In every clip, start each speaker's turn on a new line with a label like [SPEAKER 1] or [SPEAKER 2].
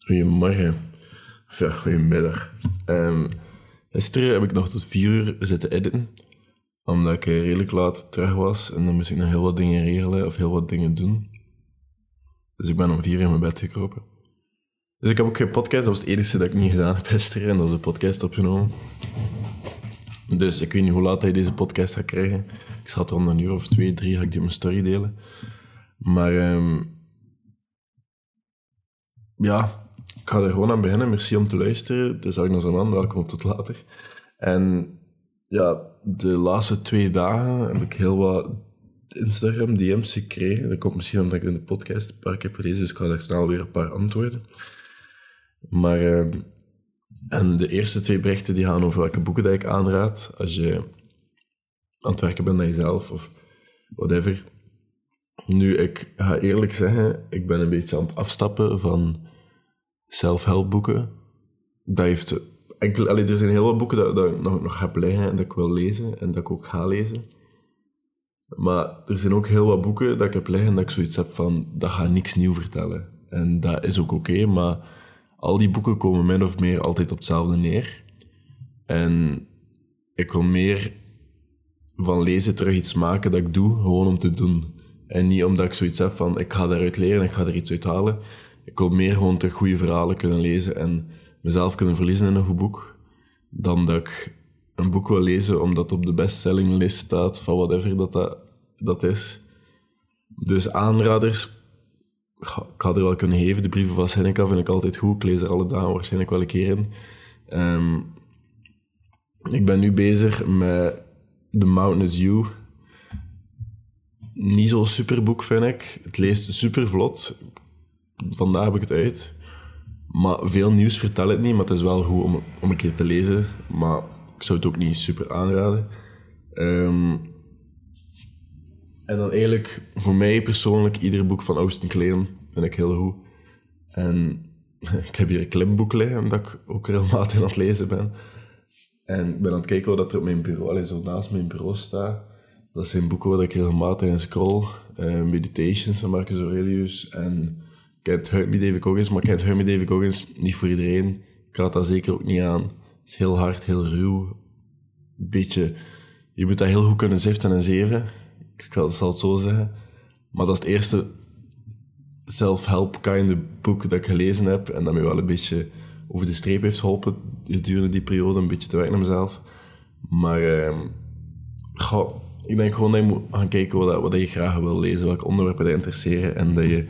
[SPEAKER 1] Goedemorgen. Of ja, goedemiddag. Gisteren heb ik nog tot 4 uur zitten editen. Omdat ik redelijk laat terug was. En dan moest ik nog heel wat dingen regelen of heel wat dingen doen. Dus ik ben om 4 uur in mijn bed gekropen. Dus ik heb ook geen podcast. Dat was het enige dat ik niet gedaan heb gisteren. En dat was een podcast opgenomen. Dus ik weet niet hoe laat je deze podcast gaat krijgen. Ik zal het rond een uur of 2, 3 ga ik die op mijn story delen. Maar ja, ik ga er gewoon aan beginnen. Merci om te luisteren. Het is Agnes Aman, welkom op tot later. En ja, de laatste 2 dagen heb ik heel wat Instagram DM's gekregen. Dat komt misschien omdat ik in de podcast een paar keer heb gelezen, dus ik ga daar snel weer een paar antwoorden. Maar en de eerste 2 berichten die gaan over welke boeken dat ik aanraad. Als je aan het werken bent aan jezelf of whatever. Nu, ik ga eerlijk zeggen, ik ben een beetje aan het afstappen van self-help boeken. Dat heeft er zijn heel wat boeken dat ik nog heb liggen en dat ik wil lezen en dat ik ook ga lezen. Maar er zijn ook heel wat boeken dat ik heb liggen en dat ik zoiets heb van, dat gaat niks nieuw vertellen. En dat is ook oké, maar al die boeken komen min of meer altijd op hetzelfde neer. En ik wil meer van lezen terug iets maken dat ik doe, gewoon om te doen. En niet omdat ik zoiets heb van, ik ga daaruit leren, ik ga er iets uit halen. Ik wil meer gewoon terug goede verhalen kunnen lezen en mezelf kunnen verliezen in een goed boek, dan dat ik een boek wil lezen omdat het op de bestsellinglist staat van whatever dat is. Dus aanraders, ik ga er wel kunnen geven. De brieven van Seneca vind ik altijd goed. Ik lees er alle dagen waarschijnlijk wel een keer in. Ik ben nu bezig met The Mountain is You. Niet zo'n superboek, vind ik. Het leest super vlot. Vandaag heb ik het uit. Maar veel nieuws vertel het niet, maar het is wel goed om een keer te lezen. Maar ik zou het ook niet super aanraden. En dan eigenlijk, voor mij persoonlijk, ieder boek van Austin Kleon vind ik heel goed. En ik heb hier een clipboek liggen, dat ik ook regelmatig aan het lezen ben. En ik ben aan het kijken wat er op mijn bureau, zo naast mijn bureau staat. Dat zijn boeken waar ik regelmatig in scroll. Meditations van Marcus Aurelius. En ik ken Huid met David Goggins, maar ik ken Huid met David Goggins niet voor iedereen. Ik raad dat zeker ook niet aan. Het is heel hard, heel ruw. Beetje, je moet dat heel goed kunnen ziften en zeven. Ik zal het zo zeggen. Maar dat is het eerste self-help kind of boek dat ik gelezen heb. En dat mij wel een beetje over de streep heeft geholpen gedurende die periode een beetje te werken aan mezelf. Maar ik denk gewoon dat je moet gaan kijken wat je graag wil lezen, welke onderwerpen je interesseren. En dat je...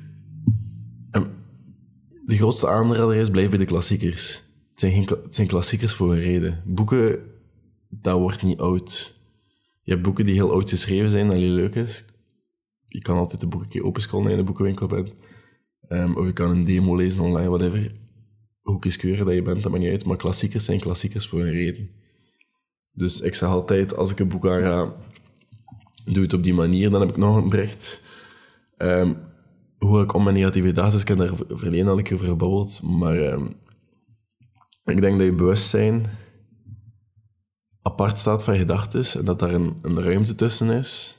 [SPEAKER 1] de grootste aanrader is, blijf bij de klassiekers. Het zijn klassiekers voor een reden. Boeken, dat wordt niet oud. Je hebt boeken die heel oud geschreven zijn, dat heel leuk is. Je kan altijd de boeken een keer openscrollen als je in de boekenwinkel bent. Of je kan een demo lezen online, whatever. Hoe kieskeurig dat je bent, dat maakt niet uit. Maar klassiekers zijn klassiekers voor een reden. Dus ik zeg altijd, als ik een boek aanga, doe het op die manier. Dan heb ik nog een bericht. Hoe ik om mijn negativiteit, dus ik heb daar verleden al een keer over gebabbeld. Maar ik denk dat je bewustzijn apart staat van je gedachten en dat daar een ruimte tussen is.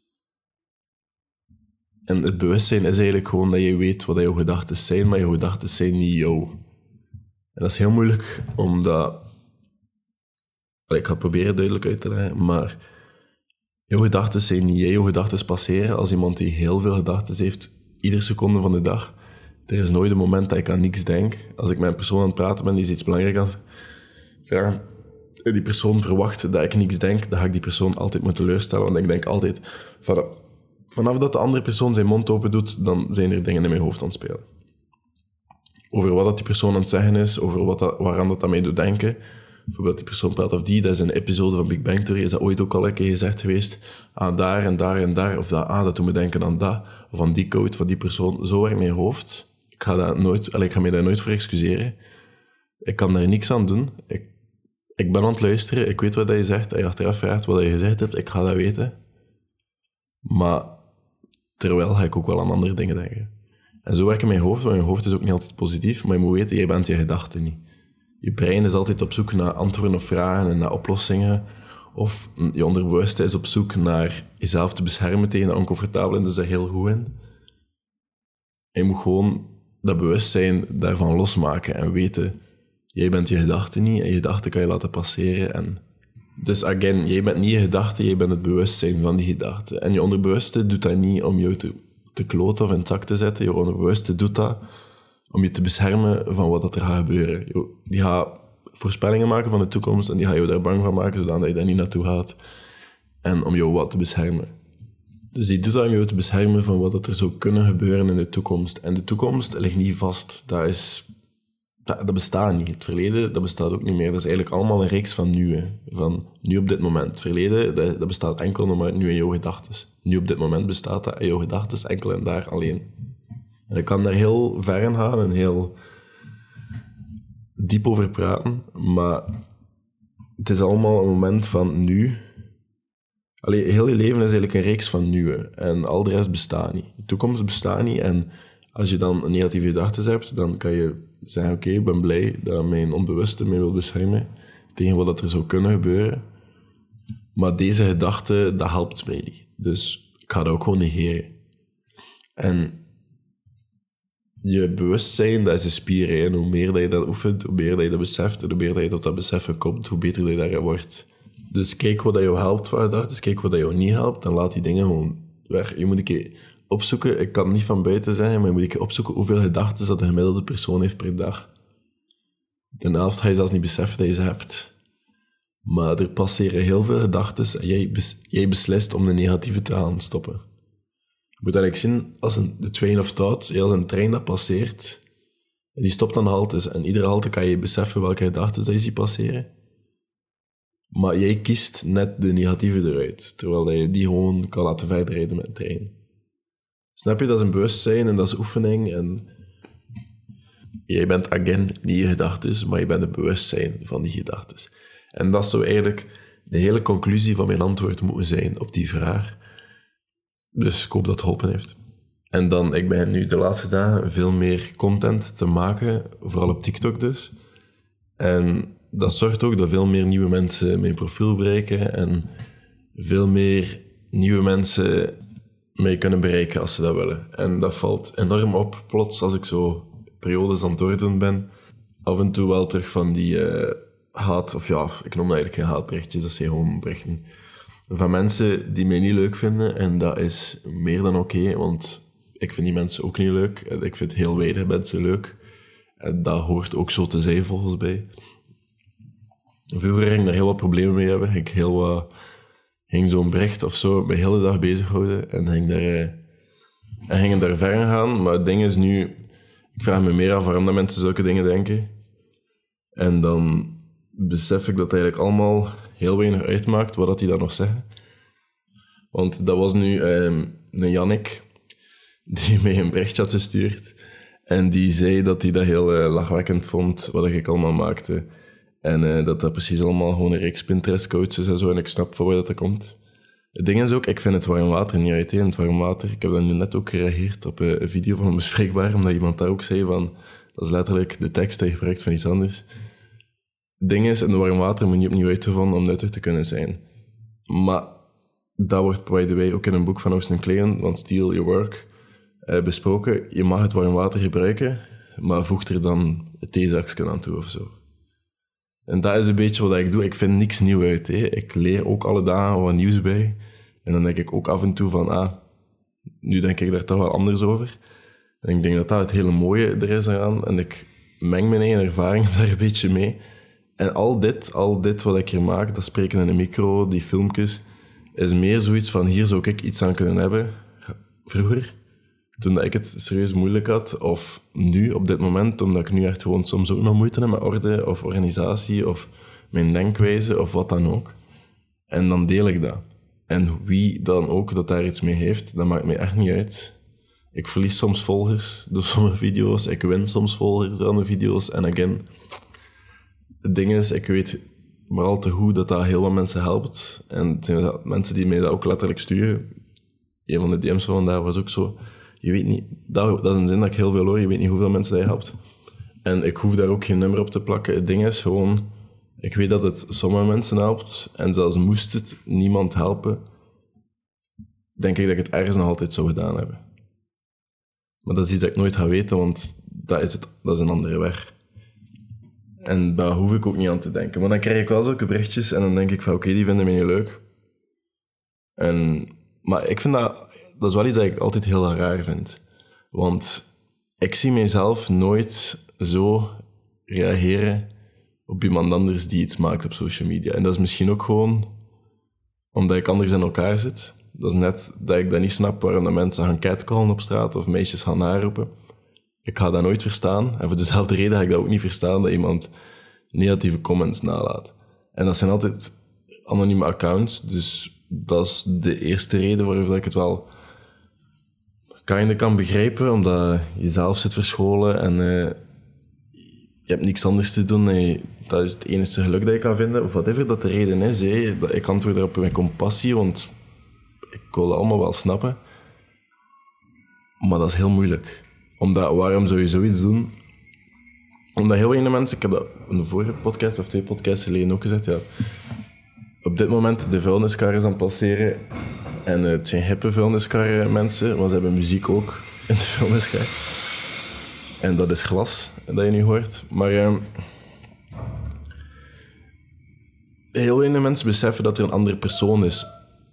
[SPEAKER 1] En het bewustzijn is eigenlijk gewoon dat je weet wat jouw gedachten zijn, maar jouw gedachten zijn niet jou. En dat is heel moeilijk, omdat... ik ga het proberen duidelijk uit te leggen, maar jouw gedachten zijn niet jij, jouw gedachten passeren. Als iemand die heel veel gedachten heeft, iedere seconde van de dag, er is nooit een moment dat ik aan niks denk. Als ik met een persoon aan het praten ben, die is iets belangrijks aan vragen, die persoon verwacht dat ik niks denk, dan ga ik die persoon altijd moeten teleurstellen, want ik denk altijd, vanaf dat de andere persoon zijn mond open doet, dan zijn er dingen in mijn hoofd aan het spelen. Over wat dat die persoon aan het zeggen is, over waaraan dat mij doet denken. Bijvoorbeeld die persoon praat of die, dat is een episode van Big Bang Theory, is dat ooit ook al een keer gezegd geweest, daar en daar en daar, of dat doet me denken aan dat, of aan die quote van die persoon. Zo werkt mijn hoofd. Ik ga mij daar nooit voor excuseren. Ik kan daar niks aan doen. Ik ben aan het luisteren, ik weet wat je zegt, als je achteraf vraagt wat je gezegd hebt, ik ga dat weten. Maar terwijl ga ik ook wel aan andere dingen denken. En zo werkt mijn hoofd, want mijn hoofd is ook niet altijd positief, maar je moet weten, jij bent je gedachten niet. Je brein is altijd op zoek naar antwoorden op vragen en naar oplossingen. Of je onderbewuste is op zoek naar jezelf te beschermen tegen dat oncomfortabel en dat is er heel goed in. En je moet gewoon dat bewustzijn daarvan losmaken en weten, jij bent je gedachten niet en je gedachten kan je laten passeren. En dus again, jij bent niet je gedachten, jij bent het bewustzijn van die gedachten. En je onderbewuste doet dat niet om jou te kloten of in het zak te zetten. Je onderbewuste doet dat om je te beschermen van wat er gaat gebeuren. Die gaat voorspellingen maken van de toekomst en die gaat jou daar bang van maken, zodat je daar niet naartoe gaat. En om jou wat te beschermen. Dus die doet dat om jou te beschermen van wat er zou kunnen gebeuren in de toekomst. En de toekomst ligt niet vast. Dat bestaat niet. Het verleden, dat bestaat ook niet meer. Dat is eigenlijk allemaal een reeks van nu. Van nu op dit moment. Het verleden, dat bestaat enkel nog maar nu in jouw gedachten. Nu op dit moment bestaat dat in jouw gedachten enkel en daar alleen. En ik kan daar heel ver in gaan en heel diep over praten. Maar het is allemaal een moment van nu. Allee, heel je leven is eigenlijk een reeks van nu. En al de rest bestaat niet. De toekomst bestaat niet. En als je dan een negatieve gedachte hebt, dan kan je zeggen, oké, ik ben blij dat mijn onbewuste mij wil beschermen tegen wat er zou kunnen gebeuren. Maar deze gedachte, dat helpt mij niet. Dus ik ga dat ook gewoon negeren. En je bewustzijn, dat is een spier. Hè. En hoe meer dat je dat oefent, hoe meer dat je dat beseft. En hoe meer dat je tot dat beseffen komt, hoe beter dat je daarin wordt. Dus kijk wat dat jou helpt van gedachten. Kijk wat dat jou niet helpt. Dan laat die dingen gewoon weg. Je moet een keer opzoeken. Ik kan het niet van buiten zeggen, maar je moet een keer opzoeken hoeveel gedachten dat de gemiddelde persoon heeft per dag. Ten helft ga je zelfs niet beseffen dat je ze hebt. Maar er passeren heel veel gedachten en jij beslist om de negatieve te gaan stoppen. Je moet eigenlijk zien, als de train of thought, als een trein dat passeert, en die stopt aan haltes, en iedere halte kan je beseffen welke gedachten dat je ziet passeren. Maar jij kiest net de negatieve eruit, terwijl je die gewoon kan laten verder rijden met een trein. Snap je? Dat is een bewustzijn en dat is oefening. En jij bent again niet je gedachten, maar je bent het bewustzijn van die gedachten. En dat zou eigenlijk de hele conclusie van mijn antwoord moeten zijn op die vraag. Dus ik hoop dat het geholpen heeft. En dan, ik ben nu de laatste dagen veel meer content te maken, vooral op TikTok dus. En dat zorgt ook dat veel meer nieuwe mensen mijn profiel bereiken en veel meer nieuwe mensen mij kunnen bereiken als ze dat willen. En dat valt enorm op, plots, als ik zo periodes aan het doordoen ben. Af en toe wel terug van die haat, of ja, ik noem dat eigenlijk geen haatberichtjes, dat zijn gewoon berichten van mensen die mij niet leuk vinden. En dat is meer dan oké, want ik vind die mensen ook niet leuk. Ik vind heel weinig mensen leuk. En dat hoort ook zo te zijn, volgens mij. Vroeger ging ik daar heel wat problemen mee hebben. Ik ging zo'n bericht of zo me de hele dag bezighouden en ging daar ver in gaan. Maar het ding is nu, ik vraag me meer af waarom dat mensen zulke dingen denken. En dan besef ik dat het eigenlijk allemaal heel weinig uitmaakt wat die dan nog zeggen. Want dat was nu een Jannik die mij een berichtje had gestuurd. En die zei dat hij dat heel lachwekkend vond, wat ik allemaal maakte. En dat precies allemaal gewoon een reeks Pinterest-coaches is en zo. En ik snap van waar dat komt. Het ding is ook, ik vind het warm water niet uit. Hè. Het warm water, ik heb dan nu net ook gereageerd op een video van Onbespreekbaar, omdat iemand daar ook zei van, dat is letterlijk de tekst die je gebruikt van iets anders. Het ding is, in het warm water moet je niet opnieuw uitgevonden om nuttig te kunnen zijn. Maar dat wordt, by the way, ook in een boek van Austin Kleon, van Steal Your Work, besproken. Je mag het warm water gebruiken, maar voeg er dan het theezakje aan toe of zo. En dat is een beetje wat ik doe. Ik vind niks nieuw uit. Hè. Ik leer ook alle dagen wat nieuws bij. En dan denk ik ook af en toe van, nu denk ik daar toch wel anders over. En ik denk dat dat het hele mooie er is aan. En ik meng mijn eigen ervaringen daar een beetje mee. En al dit wat ik hier maak, dat spreken in de micro, die filmpjes, is meer zoiets van, hier zou ik iets aan kunnen hebben. Vroeger, toen ik het serieus moeilijk had, of nu, op dit moment, omdat ik nu echt gewoon soms ook nog moeite heb met orde, of organisatie, of mijn denkwijze, of wat dan ook. En dan deel ik dat. En wie dan ook dat daar iets mee heeft, dat maakt mij echt niet uit. Ik verlies soms volgers door sommige video's, ik win soms volgers door andere video's, en again, het ding is, ik weet maar al te goed dat dat heel wat mensen helpt. En het zijn mensen die mij dat ook letterlijk sturen. Een van de DM's van vandaag was ook zo, je weet niet, dat is een zin dat ik heel veel hoor, je weet niet hoeveel mensen dat je helpt. En ik hoef daar ook geen nummer op te plakken. Het ding is gewoon, ik weet dat het sommige mensen helpt, en zelfs moest het niemand helpen, denk ik dat ik het ergens nog altijd zou gedaan hebben. Maar dat is iets dat ik nooit ga weten, want dat is het. Dat is een andere weg. En daar hoef ik ook niet aan te denken. Maar dan krijg ik wel zulke berichtjes en dan denk ik van oké, die vinden me niet leuk. Maar ik vind dat is wel iets dat ik altijd heel raar vind. Want ik zie mijzelf nooit zo reageren op iemand anders die iets maakt op social media. En dat is misschien ook gewoon omdat ik anders in elkaar zit. Dat is net dat ik dat niet snap waarom dat mensen gaan catcallen op straat of meisjes gaan naroepen. Ik ga dat nooit verstaan. En voor dezelfde reden ga ik dat ook niet verstaan dat iemand negatieve comments nalaat. En dat zijn altijd anonieme accounts, dus dat is de eerste reden waarom ik het wel kan begrijpen, omdat je zelf zit verscholen en je hebt niks anders te doen. Dat is het enige geluk dat je kan vinden, of whatever dat de reden is. Ik antwoord daarop met compassie, want ik wil dat allemaal wel snappen. Maar dat is heel moeilijk. Waarom zou je zoiets doen? Omdat heel weinig mensen, ik heb dat in de vorige podcast of 2 podcasts geleden ook gezegd, ja, op dit moment de vuilniskar is aan het passeren. En het zijn hippe vuilniskarren mensen, want ze hebben muziek ook in de vuilniskar. En dat is glas, dat je nu hoort. Maar heel weinig mensen beseffen dat er een andere persoon is.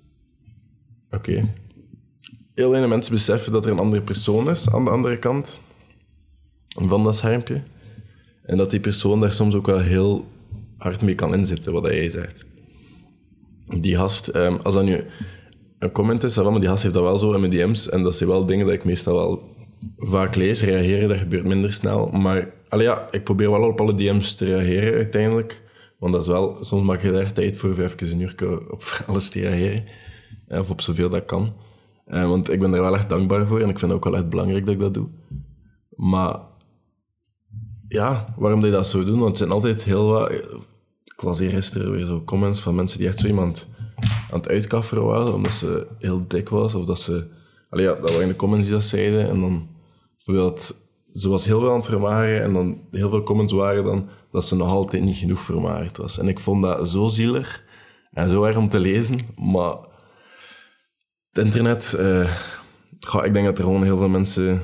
[SPEAKER 1] Oké. Heel weinig mensen beseffen dat er een andere persoon is aan de andere kant van dat schermpje. En dat die persoon daar soms ook wel heel hard mee kan inzitten, wat jij zegt. Die gast, als dat nu een comment is, maar die gast heeft dat wel zo in mijn DM's. En dat zijn wel dingen dat ik meestal wel vaak lees. Reageren, dat gebeurt minder snel. Maar ik probeer wel op alle DM's te reageren uiteindelijk. Want dat is wel, soms maak je daar tijd voor even een uur op alles te reageren. Of op zoveel dat kan. Want ik ben daar wel echt dankbaar voor. En ik vind het ook wel echt belangrijk dat ik dat doe. Maar ja, waarom dat je dat zo doen? Want het zijn altijd heel wat... Ik las hier gisteren weer zo comments van mensen die echt zo iemand aan het uitkafferen waren, omdat ze heel dik was, of dat ze... dat waren de comments die dat zeiden, en dan... Bijvoorbeeld, ze was heel veel aan het vermageren, en dan heel veel comments waren dan dat ze nog altijd niet genoeg vermagerd was. En ik vond dat zo zielig, en zo erg om te lezen, maar... Het internet... ik denk dat er gewoon heel veel mensen,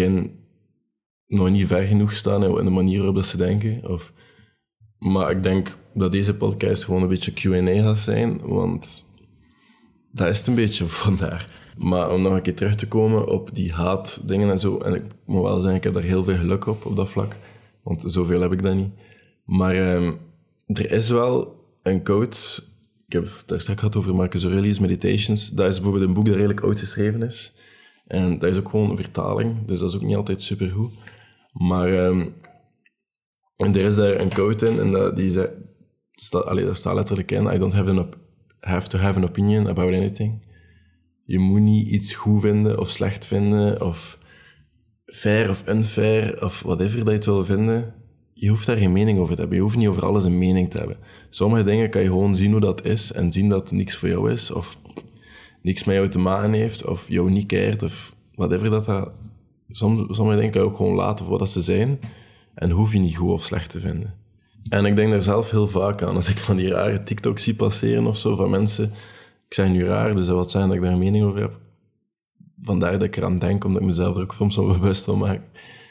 [SPEAKER 1] nog niet ver genoeg staan in de manier waarop dat ze denken, Maar ik denk dat deze podcast gewoon een beetje Q&A gaat zijn, want dat is het een beetje vandaar. Maar om nog een keer terug te komen op die haatdingen en zo, en ik moet wel zeggen, ik heb daar heel veel geluk op dat vlak, want zoveel heb ik dat niet. Maar er is wel een quote, ik heb het daar straks gehad over Marcus Aurelius Meditations, dat is bijvoorbeeld een boek dat redelijk oud geschreven is. En dat is ook gewoon een vertaling, dus dat is ook niet altijd supergoed. Maar... En er is daar een quote in, en daar staat letterlijk in: I don't have to have an opinion about anything. Je moet niet iets goed vinden of slecht vinden, of fair of unfair, of whatever dat je het wil vinden. Je hoeft daar geen mening over te hebben. Je hoeft niet over alles een mening te hebben. Sommige dingen kan je gewoon zien hoe dat is, en zien dat het niks voor jou is, of niks met jou te maken heeft, of jou niet keert, of whatever dat... Sommige dingen kan je ook gewoon laten voor wat ze zijn. En hoef je niet goed of slecht te vinden. En ik denk daar zelf heel vaak aan. Als ik van die rare TikToks zie passeren of zo, van mensen... Ik zeg nu raar, dus dat wil zijn dat ik daar een mening over heb. Vandaar dat ik eraan denk, omdat ik mezelf er ook soms zo bewust van maak.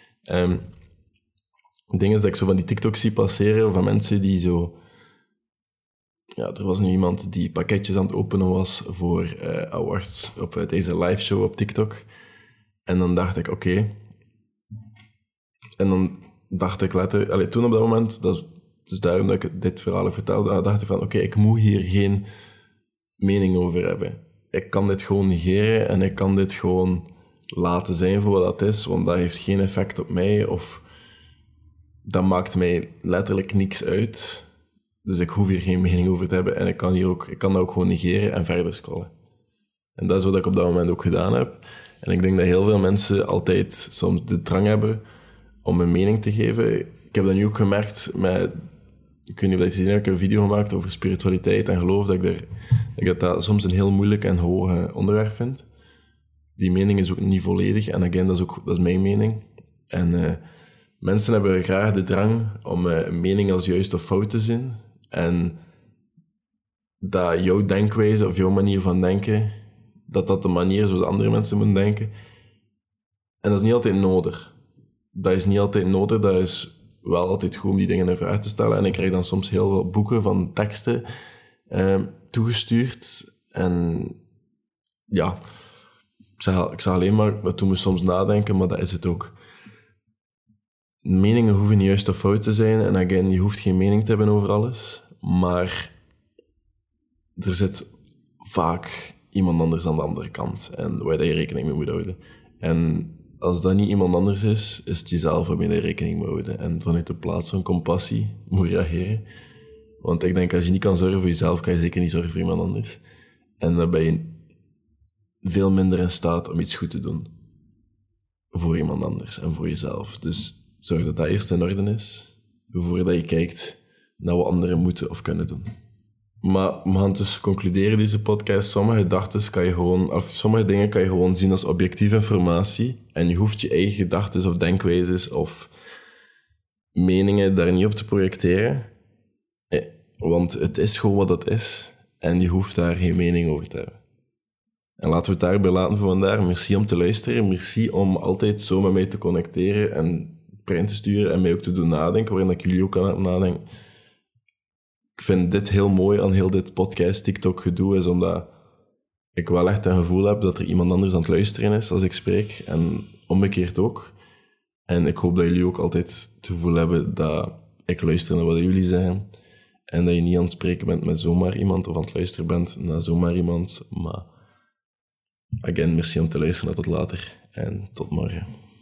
[SPEAKER 1] Het ding is dat ik zo van die TikToks zie passeren van mensen die zo... Ja, er was nu iemand die pakketjes aan het openen was voor awards op deze live show op TikTok. En dan dacht ik, oké. En dan... dacht ik letterlijk... toen op dat moment, dus daarom dat ik dit verhaal vertelde, dacht ik van, oké, ik moet hier geen mening over hebben. Ik kan dit gewoon negeren en ik kan dit gewoon laten zijn voor wat dat is, want dat heeft geen effect op mij, of dat maakt mij letterlijk niks uit. Dus ik hoef hier geen mening over te hebben en ik kan dat ook gewoon negeren en verder scrollen. En dat is wat ik op dat moment ook gedaan heb. En ik denk dat heel veel mensen altijd soms de drang hebben om een mening te geven. Ik heb dat nu ook gemerkt met... Ik weet niet of je gezien hebt, ik heb een video gemaakt over spiritualiteit en geloof, dat ik dat soms een heel moeilijk en hoog onderwerp vind. Die mening is ook niet volledig. En dat is mijn mening. En mensen hebben graag de drang om een mening als juist of fout te zien. En dat jouw denkwijze of jouw manier van denken, dat de manier is zoals andere mensen moeten denken. En dat is niet altijd nodig. dat is niet altijd nodig. Dat is wel altijd goed om die dingen in vraag te stellen. En ik krijg dan soms heel veel boeken van teksten toegestuurd. En ja, ik zeg alleen maar, dat doet me soms nadenken, maar dat is het ook. Meningen hoeven niet juist of fout te zijn. En again, je hoeft geen mening te hebben over alles. Maar er zit vaak iemand anders aan de andere kant. En waar je rekening mee moet houden. En als dat niet iemand anders is het jezelf waarmee je rekening moet houden. En vanuit de plaats van compassie moet je reageren. Want ik denk, als je niet kan zorgen voor jezelf, kan je zeker niet zorgen voor iemand anders. En dan ben je veel minder in staat om iets goed te doen. Voor iemand anders en voor jezelf. Dus zorg dat dat eerst in orde is, voordat je kijkt naar wat anderen moeten of kunnen doen. Maar we gaan dus concluderen deze podcast. Sommige dingen kan je gewoon zien als objectieve informatie. En je hoeft je eigen gedachten of denkwijzes of meningen daar niet op te projecteren. Want het is gewoon wat het is. En je hoeft daar geen mening over te hebben. En laten we het daarbij laten voor vandaag. Merci om te luisteren. Merci om altijd zo met mij te connecteren en prijs te sturen en mij ook te doen nadenken, waarin ik jullie ook kan nadenken. Ik vind dit heel mooi aan heel dit podcast, TikTok gedoe, is omdat ik wel echt een gevoel heb dat er iemand anders aan het luisteren is als ik spreek. En omgekeerd ook. En ik hoop dat jullie ook altijd het gevoel hebben dat ik luister naar wat jullie zeggen. En dat je niet aan het spreken bent met zomaar iemand of aan het luisteren bent naar zomaar iemand. Maar again, merci om te luisteren. Tot later en tot morgen.